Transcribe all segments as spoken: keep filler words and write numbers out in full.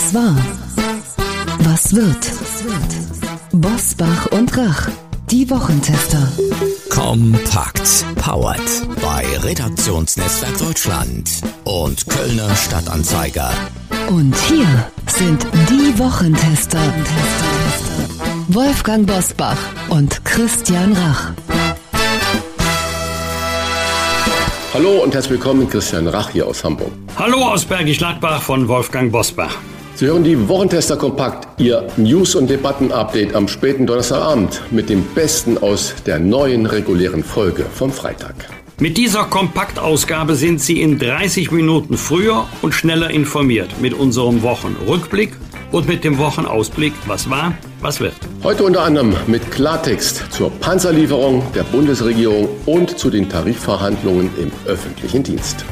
Was war? Was wird? Bosbach und Rach, die Wochentester. Kompakt. Powered bei Redaktionsnetzwerk Deutschland und Kölner Stadtanzeiger. Und hier sind die Wochentester. Wolfgang Bosbach und Christian Rach. Hallo und herzlich willkommen, Christian Rach hier aus Hamburg. Hallo aus Bergisch Gladbach von Wolfgang Bosbach. Sie hören die Wochentester Kompakt, Ihr News- und Debatten-Update am späten Donnerstagabend mit dem Besten aus der neuen regulären Folge vom Freitag. Mit dieser Kompaktausgabe sind Sie in dreißig Minuten früher und schneller informiert mit unserem Wochenrückblick und mit dem Wochenausblick, was war, was wird. Heute unter anderem mit Klartext zur Panzerlieferung der Bundesregierung und zu den Tarifverhandlungen im öffentlichen Dienst.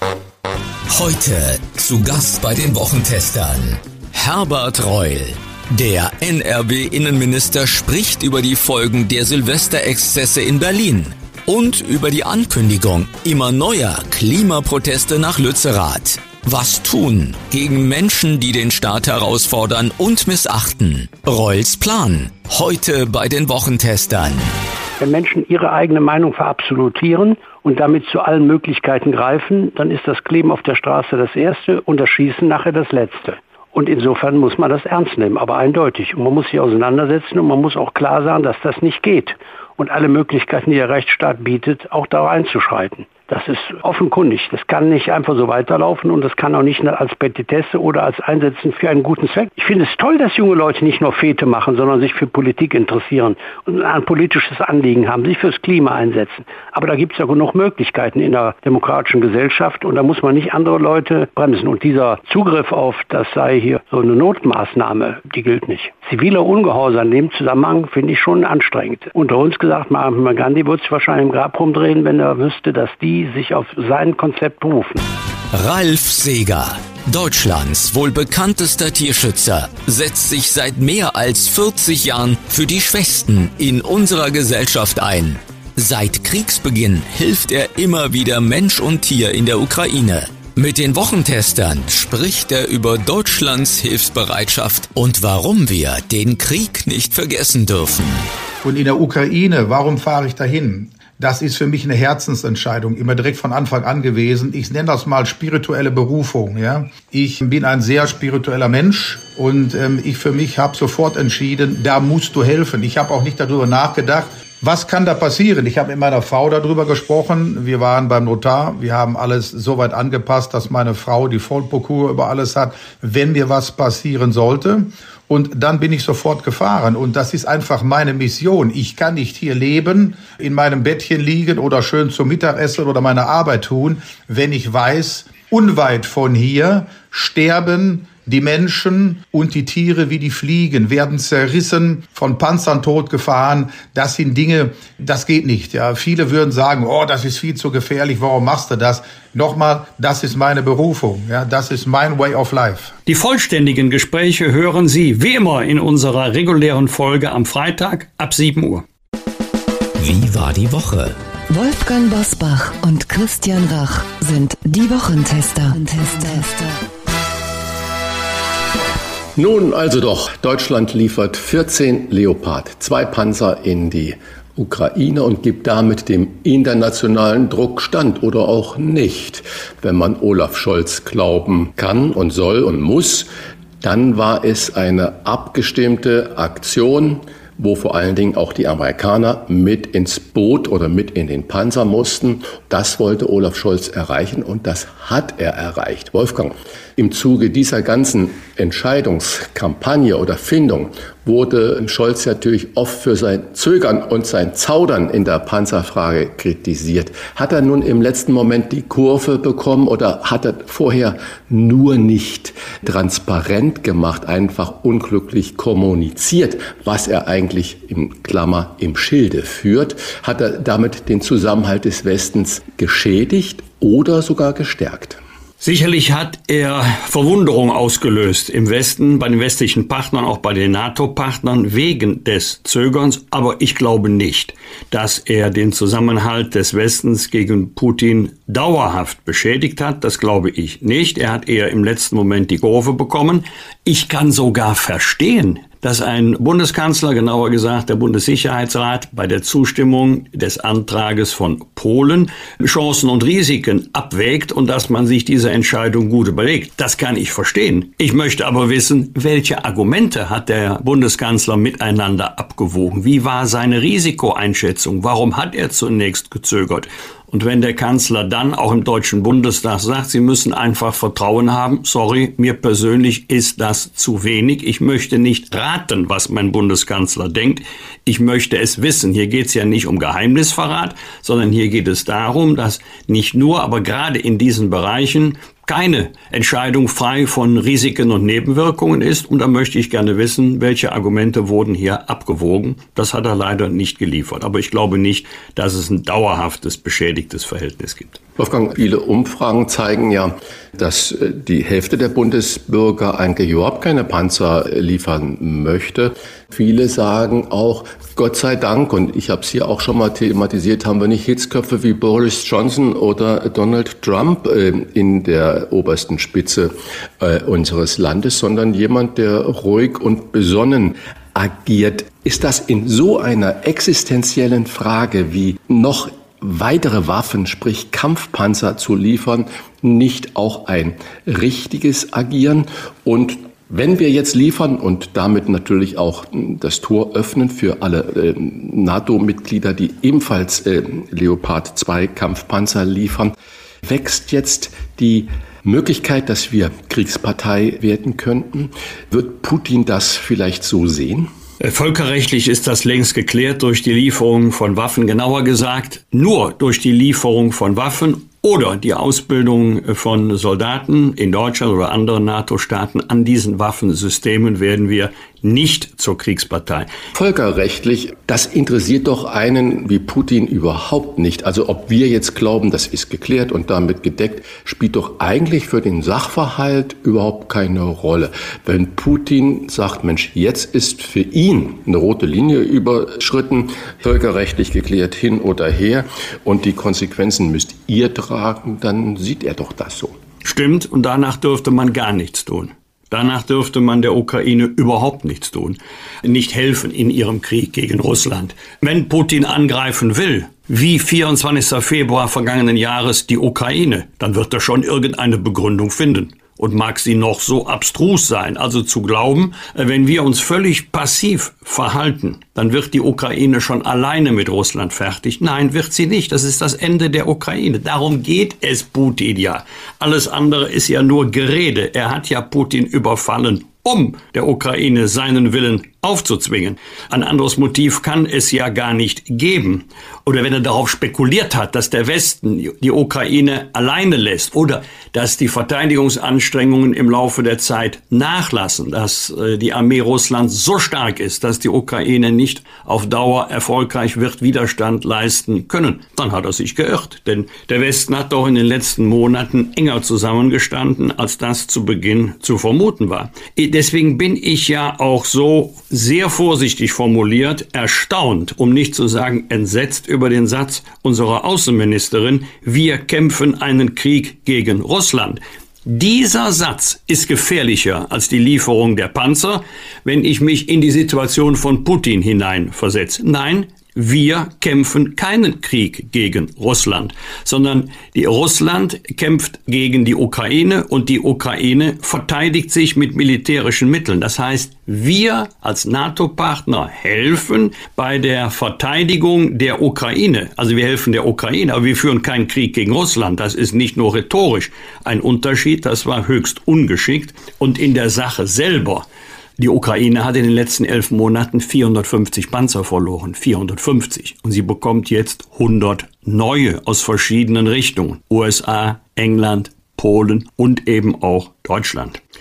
Heute zu Gast bei den Wochentestern Herbert Reul. Der N R W-Innenminister spricht über die Folgen der Silvesterexzesse in Berlin und über die Ankündigung immer neuer Klimaproteste nach Lützerath. Was tun gegen Menschen, die den Staat herausfordern und missachten? Reuls Plan. Heute bei den Wochentestern. Wenn Menschen ihre eigene Meinung verabsolutieren und damit zu allen Möglichkeiten greifen, dann ist das Kleben auf der Straße das Erste und das Schießen nachher das Letzte. Und insofern muss man das ernst nehmen, aber eindeutig. Und man muss sich auseinandersetzen und man muss auch klar sagen, dass das nicht geht. Und alle Möglichkeiten, die der Rechtsstaat bietet, auch da einzuschreiten. Das ist offenkundig. Das kann nicht einfach so weiterlaufen und das kann auch nicht als Petitesse oder als Einsetzen für einen guten Zweck. Ich finde es toll, dass junge Leute nicht nur Fete machen, sondern sich für Politik interessieren und ein politisches Anliegen haben, sich fürs Klima einsetzen. Aber da gibt es ja genug Möglichkeiten in der demokratischen Gesellschaft und da muss man nicht andere Leute bremsen. Und dieser Zugriff auf, das sei hier so eine Notmaßnahme, die gilt nicht. Ziviler Ungehorsam in dem Zusammenhang finde ich schon anstrengend. Unter uns gesagt, Mahatma Gandhi würde sich wahrscheinlich im Grab rumdrehen, wenn er wüsste, dass die sich auf sein Konzept berufen. Ralf Seeger, Deutschlands wohl bekanntester Tierschützer, setzt sich seit mehr als vierzig Jahren für die Schwächsten in unserer Gesellschaft ein. Seit Kriegsbeginn hilft er immer wieder Mensch und Tier in der Ukraine. Mit den Wochentestern spricht er über Deutschlands Hilfsbereitschaft und warum wir den Krieg nicht vergessen dürfen. Und in der Ukraine, warum fahre ich dahin? Das ist für mich eine Herzensentscheidung, immer direkt von Anfang an gewesen. Ich nenne das mal spirituelle Berufung. Ja, ich bin ein sehr spiritueller Mensch und ähm, ich für mich habe sofort entschieden, da musst du helfen. Ich habe auch nicht darüber nachgedacht, was kann da passieren. Ich habe mit meiner Frau darüber gesprochen. Wir waren beim Notar. Wir haben alles so weit angepasst, dass meine Frau die Vollprokur über alles hat, wenn mir was passieren sollte. Und dann bin ich sofort gefahren. Und das ist einfach meine Mission. Ich kann nicht hier leben, in meinem Bettchen liegen oder schön zum Mittagessen oder meine Arbeit tun, wenn ich weiß, unweit von hier sterben die Menschen und die Tiere wie die Fliegen, werden zerrissen, von Panzern totgefahren. Das sind Dinge, das geht nicht. Ja, viele würden sagen, oh, das ist viel zu gefährlich, warum machst du das? Nochmal, das ist meine Berufung. Ja, das ist mein way of life. Die vollständigen Gespräche hören Sie wie immer in unserer regulären Folge am Freitag ab sieben Uhr. Wie war die Woche? Wolfgang Bosbach und Christian Rach sind die Wochentester. Nun also doch, Deutschland liefert vierzehn Leopard, zwei Panzer in die Ukraine und gibt damit dem internationalen Druck stand oder auch nicht. Wenn man Olaf Scholz glauben kann und soll und muss, dann war es eine abgestimmte Aktion, wo vor allen Dingen auch die Amerikaner mit ins Boot oder mit in den Panzer mussten. Das wollte Olaf Scholz erreichen und das hat er erreicht. Wolfgang, im Zuge dieser ganzen Entscheidungskampagne oder Findung wurde Scholz natürlich oft für sein Zögern und sein Zaudern in der Panzerfrage kritisiert. Hat er nun im letzten Moment die Kurve bekommen oder hat er vorher nur nicht transparent gemacht, einfach unglücklich kommuniziert, was er eigentlich im Klammer im Schilde führt? Hat er damit den Zusammenhalt des Westens geschädigt oder sogar gestärkt? Sicherlich hat er Verwunderung ausgelöst im Westen, bei den westlichen Partnern, auch bei den NATO-Partnern wegen des Zögerns. Aber ich glaube nicht, dass er den Zusammenhalt des Westens gegen Putin dauerhaft beschädigt hat. Das glaube ich nicht. Er hat eher im letzten Moment die Kurve bekommen. Ich kann sogar verstehen, dass ein Bundeskanzler, genauer gesagt der Bundessicherheitsrat, bei der Zustimmung des Antrages von Polen Chancen und Risiken abwägt und dass man sich diese Entscheidung gut überlegt. Das kann ich verstehen. Ich möchte aber wissen, welche Argumente hat der Bundeskanzler miteinander abgewogen? Wie war seine Risikoeinschätzung? Warum hat er zunächst gezögert? Und wenn der Kanzler dann auch im Deutschen Bundestag sagt, Sie müssen einfach Vertrauen haben, sorry, mir persönlich ist das zu wenig. Ich möchte nicht raten, was mein Bundeskanzler denkt. Ich möchte es wissen. Hier geht es ja nicht um Geheimnisverrat, sondern hier geht es darum, dass nicht nur, aber gerade in diesen Bereichen keine Entscheidung frei von Risiken und Nebenwirkungen ist. Und da möchte ich gerne wissen, welche Argumente wurden hier abgewogen. Das hat er leider nicht geliefert. Aber ich glaube nicht, dass es ein dauerhaftes, beschädigtes Verhältnis gibt. Wolfgang, viele Umfragen zeigen ja, dass die Hälfte der Bundesbürger eigentlich überhaupt keine Panzer liefern möchte. Viele sagen auch, Gott sei Dank, und ich habe es hier auch schon mal thematisiert, haben wir nicht Hitzköpfe wie Boris Johnson oder Donald Trump in der obersten Spitze unseres Landes, sondern jemand, der ruhig und besonnen agiert. Ist das in so einer existenziellen Frage wie noch weitere Waffen, sprich Kampfpanzer zu liefern, nicht auch ein richtiges Agieren? Und wenn wir jetzt liefern und damit natürlich auch das Tor öffnen für alle äh, NATO-Mitglieder, die ebenfalls äh, Leopard zwei Kampfpanzer liefern, wächst jetzt die Möglichkeit, dass wir Kriegspartei werden könnten. Wird Putin das vielleicht so sehen? Völkerrechtlich ist das längst geklärt durch die Lieferung von Waffen. Genauer gesagt, nur durch die Lieferung von Waffen oder die Ausbildung von Soldaten in Deutschland oder anderen NATO-Staaten an diesen Waffensystemen werden wir nicht zur Kriegspartei. Völkerrechtlich, das interessiert doch einen wie Putin überhaupt nicht. Also ob wir jetzt glauben, das ist geklärt und damit gedeckt, spielt doch eigentlich für den Sachverhalt überhaupt keine Rolle. Wenn Putin sagt, Mensch, jetzt ist für ihn eine rote Linie überschritten, völkerrechtlich geklärt hin oder her und die Konsequenzen müsst ihr tragen, dann sieht er doch das so. Stimmt, und danach dürfte man gar nichts tun. Danach dürfte man der Ukraine überhaupt nichts tun, nicht helfen in ihrem Krieg gegen Russland. Wenn Putin angreifen will, wie vierundzwanzigsten Februar vergangenen Jahres die Ukraine, dann wird er schon irgendeine Begründung finden. Und mag sie noch so abstrus sein, also zu glauben, wenn wir uns völlig passiv verhalten, dann wird die Ukraine schon alleine mit Russland fertig. Nein, wird sie nicht. Das ist das Ende der Ukraine. Darum geht es Putin ja. Alles andere ist ja nur Gerede. Er hat ja Putin überfallen, um der Ukraine seinen Willen aufzuzwingen. Ein anderes Motiv kann es ja gar nicht geben. Oder wenn er darauf spekuliert hat, dass der Westen die Ukraine alleine lässt oder dass die Verteidigungsanstrengungen im Laufe der Zeit nachlassen, dass die Armee Russlands so stark ist, dass die Ukraine nicht auf Dauer erfolgreich wird Widerstand leisten können, dann hat er sich geirrt. Denn der Westen hat doch in den letzten Monaten enger zusammengestanden, als das zu Beginn zu vermuten war. Deswegen bin ich ja auch so sehr vorsichtig formuliert, erstaunt, um nicht zu sagen entsetzt über den Satz unserer Außenministerin, wir kämpfen einen Krieg gegen Russland. Dieser Satz ist gefährlicher als die Lieferung der Panzer, wenn ich mich in die Situation von Putin hineinversetze. Nein, wir kämpfen keinen Krieg gegen Russland, sondern die Russland kämpft gegen die Ukraine und die Ukraine verteidigt sich mit militärischen Mitteln. Das heißt, wir als NATO-Partner helfen bei der Verteidigung der Ukraine. Also wir helfen der Ukraine, aber wir führen keinen Krieg gegen Russland. Das ist nicht nur rhetorisch ein Unterschied, das war höchst ungeschickt. Und in der Sache selber, die Ukraine hat in den letzten elf Monaten vierhundertfünfzig Panzer verloren, vierhundertfünfzig. Und sie bekommt jetzt hundert neue aus verschiedenen Richtungen. U S A, England, Polen und eben auch Deutschland.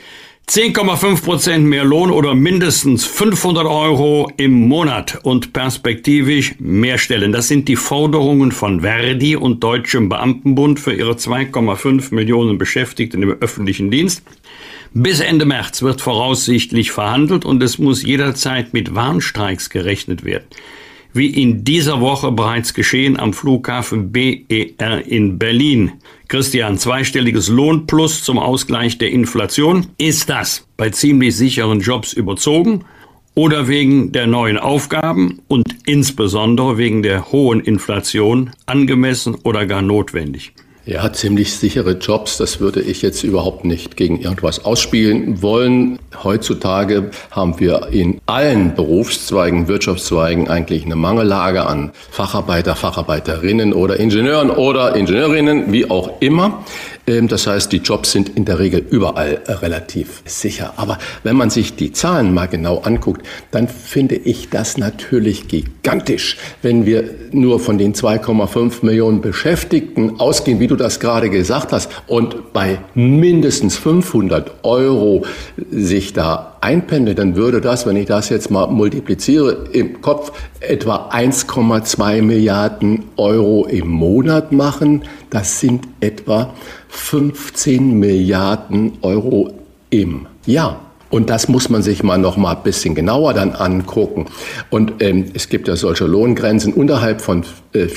zehn Komma fünf Prozent mehr Lohn oder mindestens fünfhundert Euro im Monat und perspektivisch mehr Stellen. Das sind die Forderungen von Verdi und Deutschem Beamtenbund für ihre zwei Komma fünf Millionen Beschäftigten im öffentlichen Dienst. Bis Ende März wird voraussichtlich verhandelt und es muss jederzeit mit Warnstreiks gerechnet werden. Wie in dieser Woche bereits geschehen am Flughafen B E R in Berlin. Christian, zweistelliges Lohnplus zum Ausgleich der Inflation. Ist das bei ziemlich sicheren Jobs überzogen oder wegen der neuen Aufgaben und insbesondere wegen der hohen Inflation angemessen oder gar notwendig? Ja, ziemlich sichere Jobs, das würde ich jetzt überhaupt nicht gegen irgendwas ausspielen wollen. Heutzutage haben wir in allen Berufszweigen, Wirtschaftszweigen eigentlich eine Mangellage an Facharbeiter, Facharbeiterinnen oder Ingenieuren oder Ingenieurinnen, wie auch immer. Das heißt, die Jobs sind in der Regel überall relativ sicher. Aber wenn man sich die Zahlen mal genau anguckt, dann finde ich das natürlich gigantisch, wenn wir nur von den zwei Komma fünf Millionen Beschäftigten ausgehen, wie du das gerade gesagt hast, und bei mindestens fünfhundert Euro sich da einpendelt, dann würde das, wenn ich das jetzt mal multipliziere, im Kopf etwa eins Komma zwei Milliarden Euro im Monat machen. Das sind etwa fünfzehn Milliarden Euro im Jahr. Und das muss man sich mal noch mal ein bisschen genauer dann angucken. Und ähm, es gibt ja solche Lohngrenzen unterhalb von äh,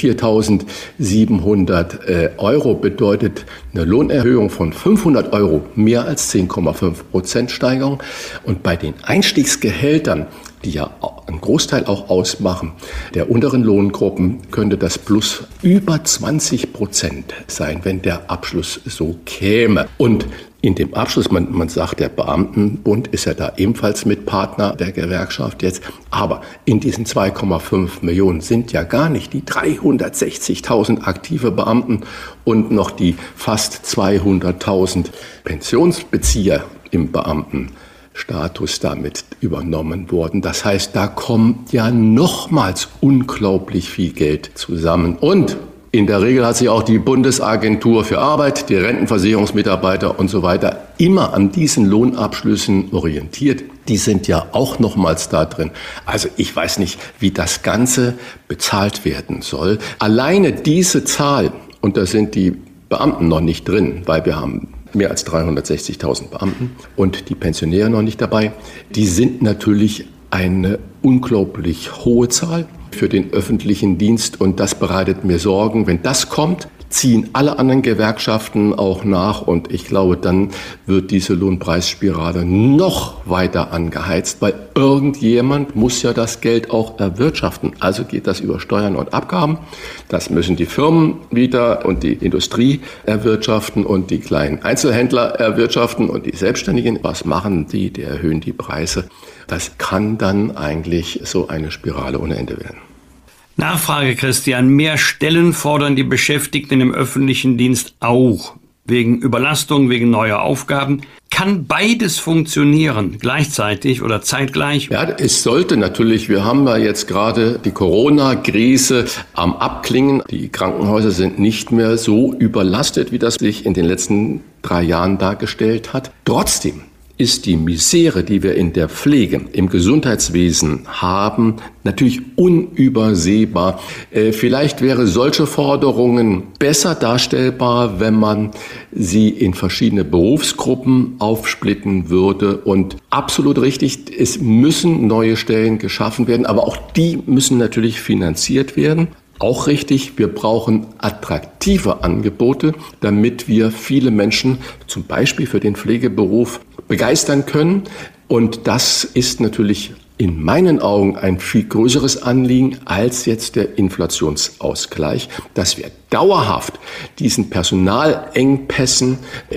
viertausendsiebenhundert äh, Euro bedeutet eine Lohnerhöhung von fünfhundert Euro mehr als zehn Komma fünf Prozent Steigerung. Und bei den Einstiegsgehältern, die ja einen Großteil auch ausmachen, der unteren Lohngruppen, könnte das plus über zwanzig Prozent sein, wenn der Abschluss so käme. Und in dem Abschluss, man, man sagt, der Beamtenbund ist ja da ebenfalls Mitpartner der Gewerkschaft jetzt, aber in diesen zwei Komma fünf Millionen sind ja gar nicht die dreihundertsechzigtausend aktive Beamten und noch die fast zweihunderttausend Pensionsbezieher im Beamtenstatus damit übernommen worden. Das heißt, da kommt ja nochmals unglaublich viel Geld zusammen. Und in der Regel hat sich auch die Bundesagentur für Arbeit, die Rentenversicherungsmitarbeiter und so weiter immer an diesen Lohnabschlüssen orientiert. Die sind ja auch nochmals da drin. Also ich weiß nicht, wie das Ganze bezahlt werden soll. Alleine diese Zahl, und da sind die Beamten noch nicht drin, weil wir haben mehr als dreihundertsechzigtausend Beamten und die Pensionäre noch nicht dabei, die sind natürlich eine unglaublich hohe Zahl für den öffentlichen Dienst und das bereitet mir Sorgen. Wenn das kommt, ziehen alle anderen Gewerkschaften auch nach und ich glaube, dann wird diese Lohnpreisspirale noch weiter angeheizt, weil irgendjemand muss ja das Geld auch erwirtschaften. Also geht das über Steuern und Abgaben. Das müssen die Firmen wieder und die Industrie erwirtschaften und die kleinen Einzelhändler erwirtschaften und die Selbstständigen. Was machen die? Die erhöhen die Preise. Das kann dann eigentlich so eine Spirale ohne Ende werden. Nachfrage, Christian. Mehr Stellen fordern die Beschäftigten im öffentlichen Dienst auch. Wegen Überlastung, wegen neuer Aufgaben. Kann beides funktionieren, gleichzeitig oder zeitgleich? Ja, es sollte natürlich. Wir haben ja jetzt gerade die Corona-Krise am Abklingen. Die Krankenhäuser sind nicht mehr so überlastet, wie das sich in den letzten drei Jahren dargestellt hat. Trotzdem ist die Misere, die wir in der Pflege, im Gesundheitswesen haben, natürlich unübersehbar. Äh, vielleicht wäre solche Forderungen besser darstellbar, wenn man sie in verschiedene Berufsgruppen aufsplitten würde. Und absolut richtig, es müssen neue Stellen geschaffen werden, aber auch die müssen natürlich finanziert werden. Auch richtig, wir brauchen attraktive Angebote, damit wir viele Menschen zum Beispiel für den Pflegeberuf begeistern können. Und das ist natürlich in meinen Augen ein viel größeres Anliegen als jetzt der Inflationsausgleich, dass wir dauerhaft diesen Personalengpässen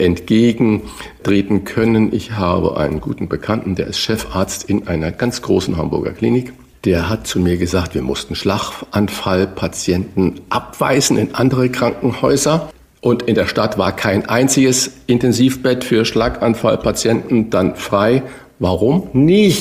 entgegentreten können. Ich habe einen guten Bekannten, der ist Chefarzt in einer ganz großen Hamburger Klinik. Der hat zu mir gesagt, wir mussten Schlaganfallpatienten abweisen in andere Krankenhäuser. Und in der Stadt war kein einziges Intensivbett für Schlaganfallpatienten dann frei. Warum? Nicht,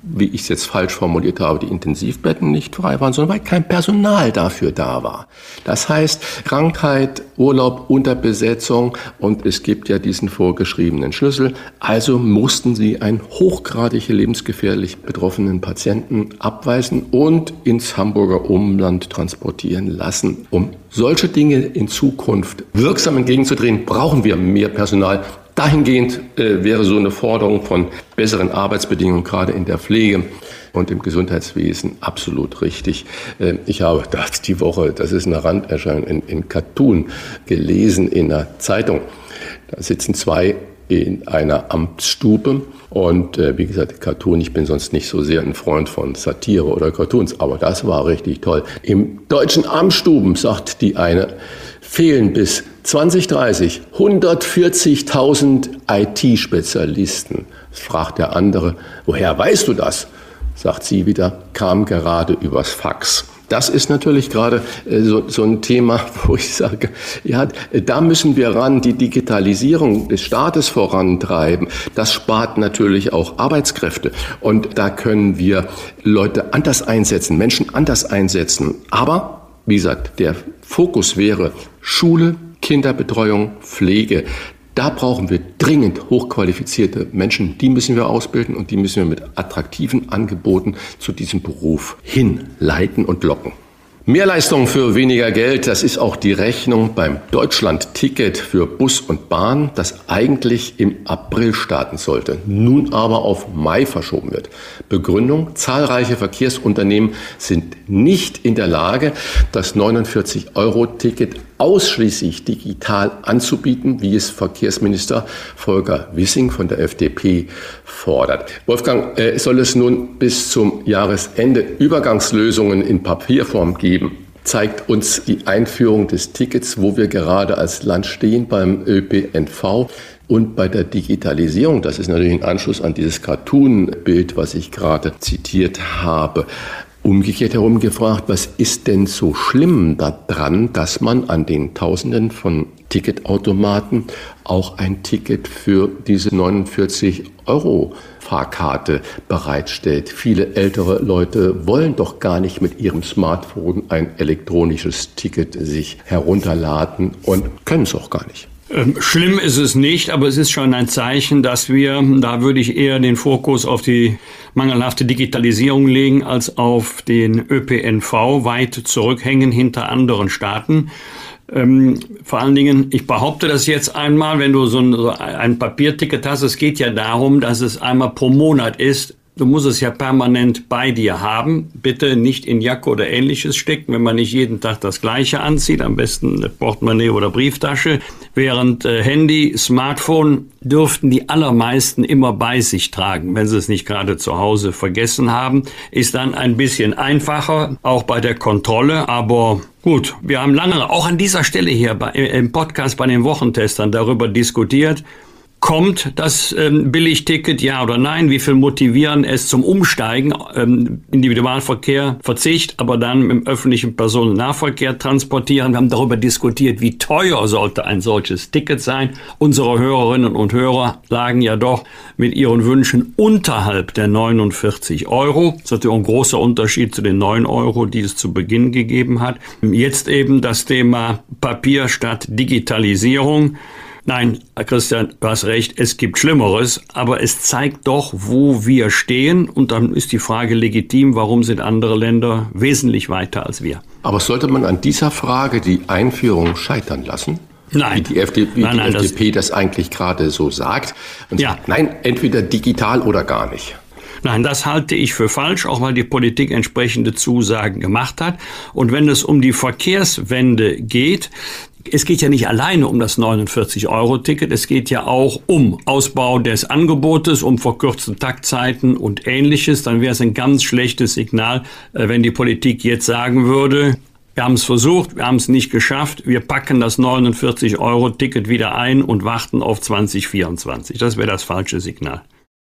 wie ich es jetzt falsch formuliert habe, die Intensivbetten nicht frei waren, sondern weil kein Personal dafür da war. Das heißt, Krankheit, Urlaub, Unterbesetzung und es gibt ja diesen vorgeschriebenen Schlüssel. Also mussten sie einen hochgradig lebensgefährlich betroffenen Patienten abweisen und ins Hamburger Umland transportieren lassen. Um solche Dinge in Zukunft wirksam entgegenzudrehen, brauchen wir mehr Personal. Dahingehend äh, wäre so eine Forderung von besseren Arbeitsbedingungen, gerade in der Pflege und im Gesundheitswesen, absolut richtig. Äh, ich habe das die Woche, das ist eine Randerscheinung, in, in Katun gelesen in einer Zeitung. Da sitzen zwei in einer Amtsstube und äh, wie gesagt, Cartoon, ich bin sonst nicht so sehr ein Freund von Satire oder Cartoons, aber das war richtig toll. Im deutschen Amtsstuben, sagt die eine, fehlen bis zwanzig dreißig hundertvierzigtausend I T-Spezialisten. Fragt der andere, woher weißt du das? Sagt sie wieder, kam gerade übers Fax. Das ist natürlich gerade äh, so, so ein Thema, wo ich sage, ja, da müssen wir ran, die Digitalisierung des Staates vorantreiben. Das spart natürlich auch Arbeitskräfte. Und da können wir Leute anders einsetzen, Menschen anders einsetzen. Aber, wie gesagt, der Fokus wäre Schule, Kinderbetreuung, Pflege. Da brauchen wir dringend hochqualifizierte Menschen. Die müssen wir ausbilden und die müssen wir mit attraktiven Angeboten zu diesem Beruf hinleiten und locken. Mehrleistung für weniger Geld, das ist auch die Rechnung beim Deutschland-Ticket für Bus und Bahn, das eigentlich im April starten sollte, nun aber auf Mai verschoben wird. Begründung: zahlreiche Verkehrsunternehmen sind nicht in der Lage, das neunundvierzig Euro Ticket ausschließlich digital anzubieten, wie es Verkehrsminister Volker Wissing von der F D P fordert. Wolfgang, äh, soll es nun bis zum Jahresende Übergangslösungen in Papierform geben? Zeigt uns die Einführung des Tickets, wo wir gerade als Land stehen beim Ö P N V und bei der Digitalisierung. Das ist natürlich ein Anschluss an dieses Cartoon-Bild, was ich gerade zitiert habe. Umgekehrt herum gefragt, was ist denn so schlimm daran, dass man an den Tausenden von Ticketautomaten auch ein Ticket für diese neunundvierzig Euro Fahrkarte bereitstellt? Viele ältere Leute wollen doch gar nicht mit ihrem Smartphone ein elektronisches Ticket sich herunterladen und können es auch gar nicht. Schlimm ist es nicht, aber es ist schon ein Zeichen, dass wir, da würde ich eher den Fokus auf die mangelhafte Digitalisierung legen, als auf den Ö P N V, weit zurückhängen hinter anderen Staaten. Ähm, vor allen Dingen, ich behaupte das jetzt einmal, wenn du so ein, so ein Papierticket hast, es geht ja darum, dass es einmal pro Monat ist. Du musst es ja permanent bei dir haben. Bitte nicht in Jacke oder Ähnliches stecken, wenn man nicht jeden Tag das Gleiche anzieht. Am besten Portemonnaie oder Brieftasche. Während äh, Handy, Smartphone dürften die allermeisten immer bei sich tragen. Wenn sie es nicht gerade zu Hause vergessen haben, ist dann ein bisschen einfacher, auch bei der Kontrolle. Aber gut, wir haben lange, auch an dieser Stelle hier bei, im Podcast bei den Wochentestern darüber diskutiert. Kommt das ähm, Billigticket, ja oder nein? Wie viel motivieren es zum Umsteigen? Ähm, Individualverkehr, Verzicht, aber dann im öffentlichen Personennahverkehr transportieren. Wir haben darüber diskutiert, wie teuer sollte ein solches Ticket sein. Unsere Hörerinnen und Hörer lagen ja doch mit ihren Wünschen unterhalb der neunundvierzig Euro. Das ist natürlich ein großer Unterschied zu den neun Euro, die es zu Beginn gegeben hat. Jetzt eben das Thema Papier statt Digitalisierung. Nein, Christian, du hast recht, es gibt Schlimmeres, aber es zeigt doch, wo wir stehen. Und dann ist die Frage legitim, warum sind andere Länder wesentlich weiter als wir? Aber sollte man an dieser Frage die Einführung scheitern lassen? Nein. Wie die, F D, wie nein, die nein, F D P das, das eigentlich gerade so sagt. Und ja. sagt, nein, entweder digital oder gar nicht. Nein, das halte ich für falsch, auch weil die Politik entsprechende Zusagen gemacht hat. Und wenn es um die Verkehrswende geht, es geht ja nicht alleine um das neunundvierzig Euro Ticket, es geht ja auch um Ausbau des Angebotes, um verkürzte Taktzeiten und Ähnliches. Dann wäre es ein ganz schlechtes Signal, wenn die Politik jetzt sagen würde, wir haben es versucht, wir haben es nicht geschafft, wir packen das neunundvierzig Euro Ticket wieder ein und warten auf zwanzig vierundzwanzig. Das wäre das falsche Signal.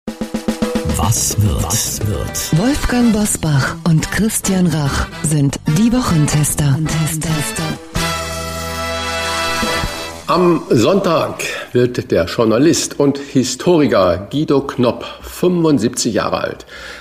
Was wird? Was wird? Wolfgang Bosbach und Christian Rach sind die Wochentester. Am Sonntag wird der Journalist und Historiker Guido Knopp, fünfundsiebzig Jahre alt,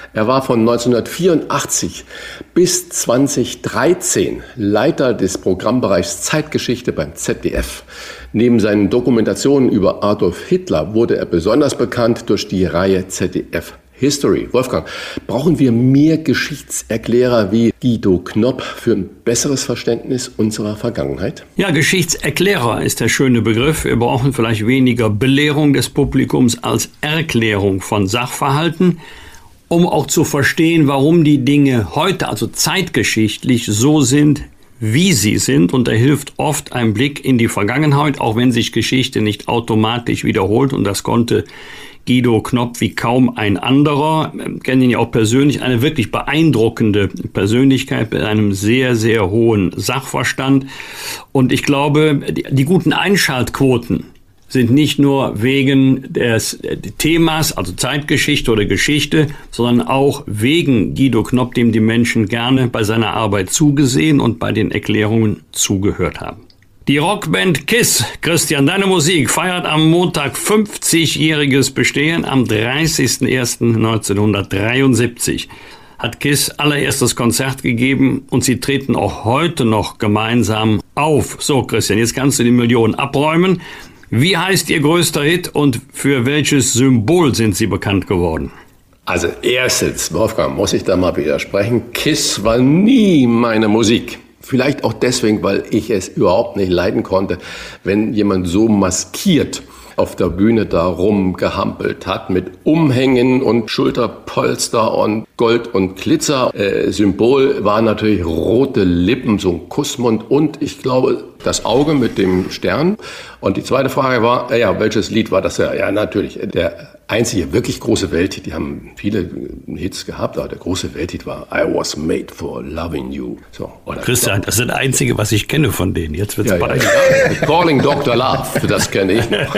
Er war von neunzehnhundertvierundachtzig bis zweitausenddreizehn Leiter des Programmbereichs Zeitgeschichte beim Z D F. Neben seinen Dokumentationen über Adolf Hitler wurde er besonders bekannt durch die Reihe Z D F History. Wolfgang, brauchen wir mehr Geschichtserklärer wie Guido Knopp für ein besseres Verständnis unserer Vergangenheit? Ja, Geschichtserklärer ist der schöne Begriff. Wir brauchen vielleicht weniger Belehrung des Publikums als Erklärung von Sachverhalten, um auch zu verstehen, warum die Dinge heute, also zeitgeschichtlich, so sind, wie sie sind. Und da hilft oft ein Blick in die Vergangenheit, auch wenn sich Geschichte nicht automatisch wiederholt. Und das konnte Guido Knopp wie kaum ein anderer. Ich kenne ihn ja auch persönlich, eine wirklich beeindruckende Persönlichkeit mit einem sehr, sehr hohen Sachverstand. Und ich glaube, die, die guten Einschaltquoten sind nicht nur wegen des Themas, also Zeitgeschichte oder Geschichte, sondern auch wegen Guido Knopp, dem die Menschen gerne bei seiner Arbeit zugesehen und bei den Erklärungen zugehört haben. Die Rockband KISS, Christian, deine Musik, feiert am Montag fünfzigjähriges Bestehen. Am dreißigsten ersten neunzehnhundertdreiundsiebzig hat KISS allererstes Konzert gegeben und sie treten auch heute noch gemeinsam auf. So, Christian, jetzt kannst du die Millionen abräumen. Wie heißt Ihr größter Hit und für welches Symbol sind Sie bekannt geworden? Also erstens, Wolfgang, muss ich da mal widersprechen, KISS war nie meine Musik. Vielleicht auch deswegen, weil ich es überhaupt nicht leiden konnte, wenn jemand so maskiert auf der Bühne da rumgehampelt hat mit Umhängen und Schulterpolster und Gold und Glitzer. Äh, Symbol waren natürlich rote Lippen, so ein Kussmund und ich glaube das Auge mit dem Stern. Und die zweite Frage war, ja, welches Lied war das? Ja, ja natürlich, der einzige wirklich große Welthit. Die haben viele Hits gehabt, aber der große Welthit war I Was Made for Loving You. So, Christian, das ist das Einzige, was ich kenne von denen. Jetzt wird's ja, bald. Ja, Calling Doktor Love, das kenne ich noch.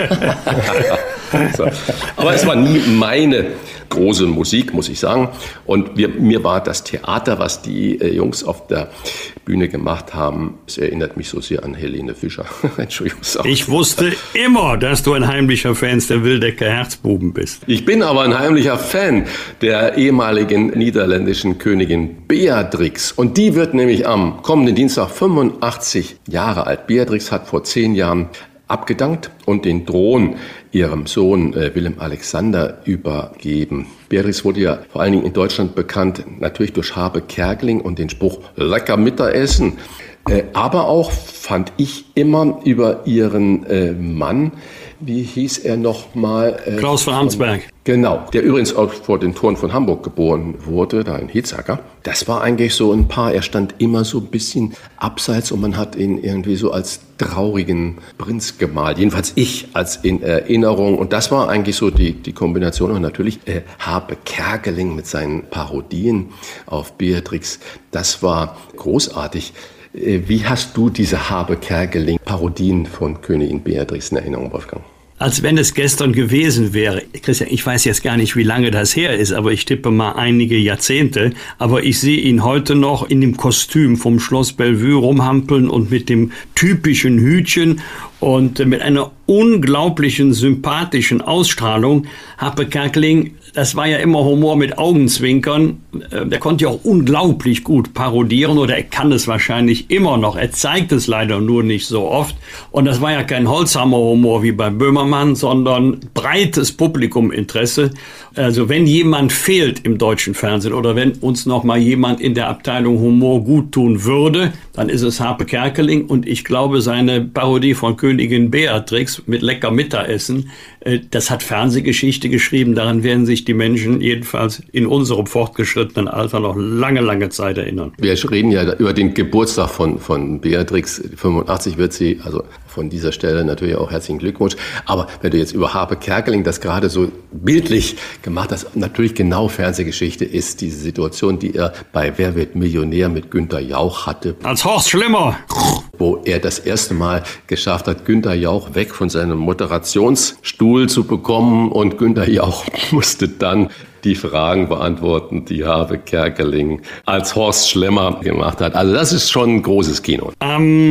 So. Aber es war nie meine große Musik, muss ich sagen. Und wir, mir war das Theater, was die äh, Jungs auf der Bühne gemacht haben, es erinnert mich so sehr an Helene Fischer. Entschuldigung. Ich wusste immer, dass du ein heimlicher Fan der Wildecker Herzbuben bist. Ich bin aber ein heimlicher Fan der ehemaligen niederländischen Königin Beatrix. Und die wird nämlich am kommenden Dienstag fünfundachtzig Jahre alt. Beatrix hat vor zehn Jahren abgedankt und den Thron ihrem Sohn äh, Willem Alexander übergeben. Beatrix wurde ja vor allen Dingen in Deutschland bekannt, natürlich durch Habe Kerkeling und den Spruch lecker Mittagessen. Äh, aber auch fand ich immer über ihren äh, Mann, wie hieß er nochmal? Äh, Klaus von Amtsberg. Genau, der übrigens auch vor den Toren von Hamburg geboren wurde, da in Hitzacker. Das war eigentlich so ein Paar, er stand immer so ein bisschen abseits und man hat ihn irgendwie so als traurigen Prinz gemalt. Jedenfalls ich als in Erinnerung. Und das war eigentlich so die, die Kombination. Und natürlich äh, Habe Kerkeling mit seinen Parodien auf Beatrix. Das war großartig. Äh, wie hast du diese Habe Kerkeling Parodien von Königin Beatrix in Erinnerung, Wolfgang? Als wenn es gestern gewesen wäre. Christian, ich weiß jetzt gar nicht, wie lange das her ist, aber ich tippe mal einige Jahrzehnte. Aber ich sehe ihn heute noch in dem Kostüm vom Schloss Bellevue rumhampeln und mit dem typischen Hütchen und mit einer unglaublichen, sympathischen Ausstrahlung. Habe Kerkeling, das war ja immer Humor mit Augenzwinkern. Der konnte ja auch unglaublich gut parodieren oder er kann es wahrscheinlich immer noch. Er zeigt es leider nur nicht so oft. Und das war ja kein Holzhammer-Humor wie bei Böhmermann, sondern breites Publikuminteresse. Also wenn jemand fehlt im deutschen Fernsehen oder wenn uns noch mal jemand in der Abteilung Humor gut tun würde, dann ist es Habe Kerkeling. Und ich glaube, seine Parodie von Königin Beatrix mit lecker Mittagessen, das hat Fernsehgeschichte geschrieben. Daran werden sich die Menschen jedenfalls in unserem fortgeschrittenen Alter noch lange, lange Zeit erinnern. Wir reden ja über den Geburtstag von, von Beatrix. fünfundachtzig wird sie, also von dieser Stelle natürlich auch herzlichen Glückwunsch. Aber wenn du jetzt über Habe Kerkeling das gerade so bildlich gemacht hast, natürlich genau Fernsehgeschichte ist diese Situation, die er bei Wer wird Millionär mit Günther Jauch hatte. Als Horst Schlimmer. Wo er das erste Mal geschafft hat, Günther Jauch weg von seinem Moderationsstuhl zu bekommen. Und Günther Jauch musste dann die Fragen beantworten, die Habe Kerkeling als Horst Schlemmer gemacht hat. Also das ist schon ein großes Kino. Am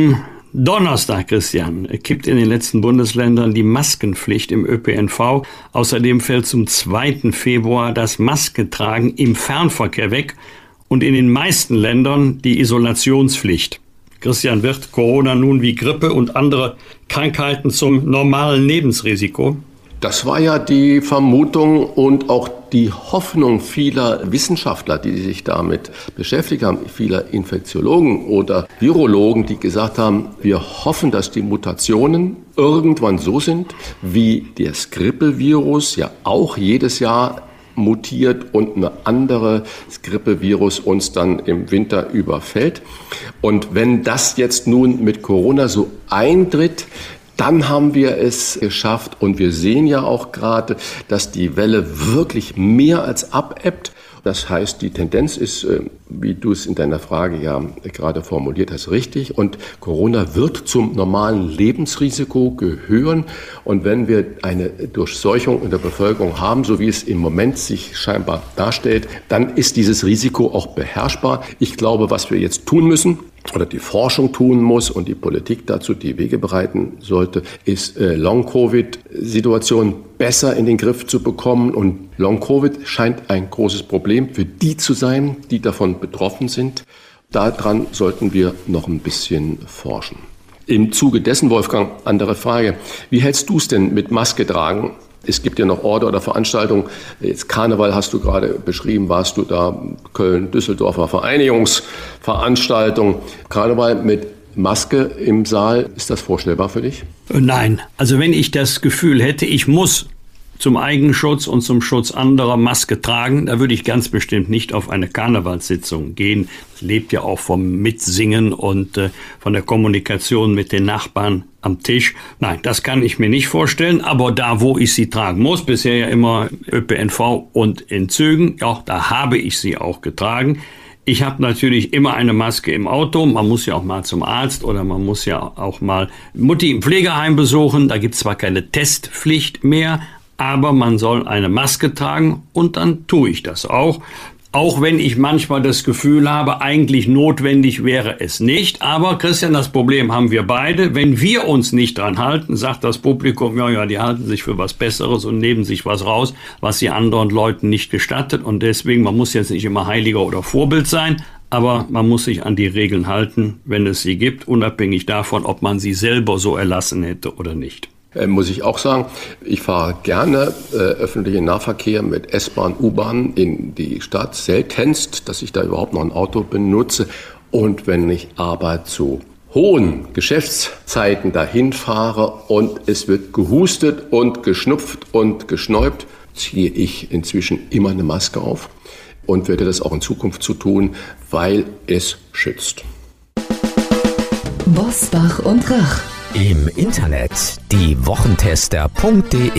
Donnerstag, Christian, kippt in den letzten Bundesländern die Maskenpflicht im Ö P N V. Außerdem fällt zum zweiten Februar das Maskentragen im Fernverkehr weg und in den meisten Ländern die Isolationspflicht. Christian, wird Corona nun wie Grippe und andere Krankheiten zum normalen Lebensrisiko? Das war ja die Vermutung und auch die Hoffnung vieler Wissenschaftler, die sich damit beschäftigt haben, vieler Infektiologen oder Virologen, die gesagt haben, wir hoffen, dass die Mutationen irgendwann so sind, wie das Grippevirus ja auch jedes Jahr mutiert und ein anderes Grippevirus uns dann im Winter überfällt. Und wenn das jetzt nun mit Corona so eintritt, dann haben wir es geschafft und wir sehen ja auch gerade, dass die Welle wirklich mehr als abebbt. Das heißt, die Tendenz ist, wie du es in deiner Frage ja gerade formuliert hast, richtig. Und Corona wird zum normalen Lebensrisiko gehören. Und wenn wir eine Durchseuchung in der Bevölkerung haben, so wie es im Moment sich scheinbar darstellt, dann ist dieses Risiko auch beherrschbar. Ich glaube, was wir jetzt tun müssen, oder die Forschung tun muss und die Politik dazu die Wege bereiten sollte, ist äh, Long-Covid-Situationen besser in den Griff zu bekommen. Und Long-Covid scheint ein großes Problem für die zu sein, die davon betroffen sind. Daran sollten wir noch ein bisschen forschen. Im Zuge dessen, Wolfgang, andere Frage. Wie hältst du es denn mit Maske tragen? Es gibt ja noch Orte oder Veranstaltungen. Jetzt Karneval hast du gerade beschrieben, warst du da, Köln, Düsseldorfer Vereinigungsveranstaltung. Karneval mit Maske im Saal, ist das vorstellbar für dich? Nein, also wenn ich das Gefühl hätte, ich muss zum Eigenschutz und zum Schutz anderer Maske tragen, da würde ich ganz bestimmt nicht auf eine Karnevalssitzung gehen. Das lebt ja auch vom Mitsingen und äh, von der Kommunikation mit den Nachbarn am Tisch. Nein, das kann ich mir nicht vorstellen, aber da, wo ich sie tragen muss, bisher ja immer Ö P N V und in Zügen, ja, da habe ich sie auch getragen. Ich habe natürlich immer eine Maske im Auto. Man muss ja auch mal zum Arzt oder man muss ja auch mal Mutti im Pflegeheim besuchen. Da gibt es zwar keine Testpflicht mehr, aber man soll eine Maske tragen und dann tue ich das auch. Auch wenn ich manchmal das Gefühl habe, eigentlich notwendig wäre es nicht. Aber Christian, das Problem haben wir beide. Wenn wir uns nicht dran halten, sagt das Publikum, ja, ja, die halten sich für was Besseres und nehmen sich was raus, was sie anderen Leuten nicht gestattet. Und deswegen, man muss jetzt nicht immer Heiliger oder Vorbild sein, aber man muss sich an die Regeln halten, wenn es sie gibt, unabhängig davon, ob man sie selber so erlassen hätte oder nicht. Äh, muss ich auch sagen, ich fahre gerne äh, öffentlichen Nahverkehr mit S-Bahn, U-Bahn in die Stadt. Seltenst, dass ich da überhaupt noch ein Auto benutze. Und wenn ich aber zu hohen Geschäftszeiten dahin fahre und es wird gehustet und geschnupft und geschnäubt, ziehe ich inzwischen immer eine Maske auf und werde das auch in Zukunft zu tun, weil es schützt. Bosbach und Rach. Im Internet die Wochentester punkt de.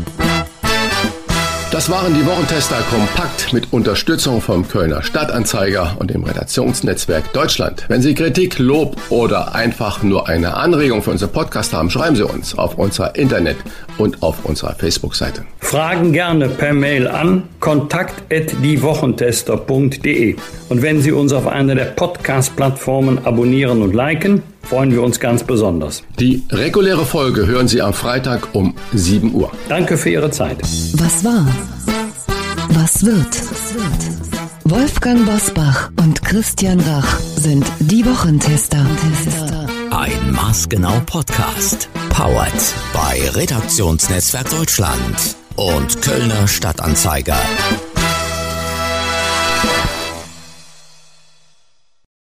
Das waren die Wochentester kompakt mit Unterstützung vom Kölner Stadtanzeiger und dem Redaktionsnetzwerk Deutschland. Wenn Sie Kritik, Lob oder einfach nur eine Anregung für unseren Podcast haben, schreiben Sie uns auf unserer Internet- und auf unserer Facebook-Seite. Fragen gerne per Mail an kontakt at die wochentester punkt de. Und wenn Sie uns auf einer der Podcast-Plattformen abonnieren und liken, freuen wir uns ganz besonders. Die reguläre Folge hören Sie am Freitag um sieben Uhr. Danke für Ihre Zeit. Was war? Was wird? Wolfgang Bosbach und Christian Rach sind die Wochentester. Ein Maßgenau Podcast. Powered bei Redaktionsnetzwerk Deutschland und Kölner Stadtanzeiger.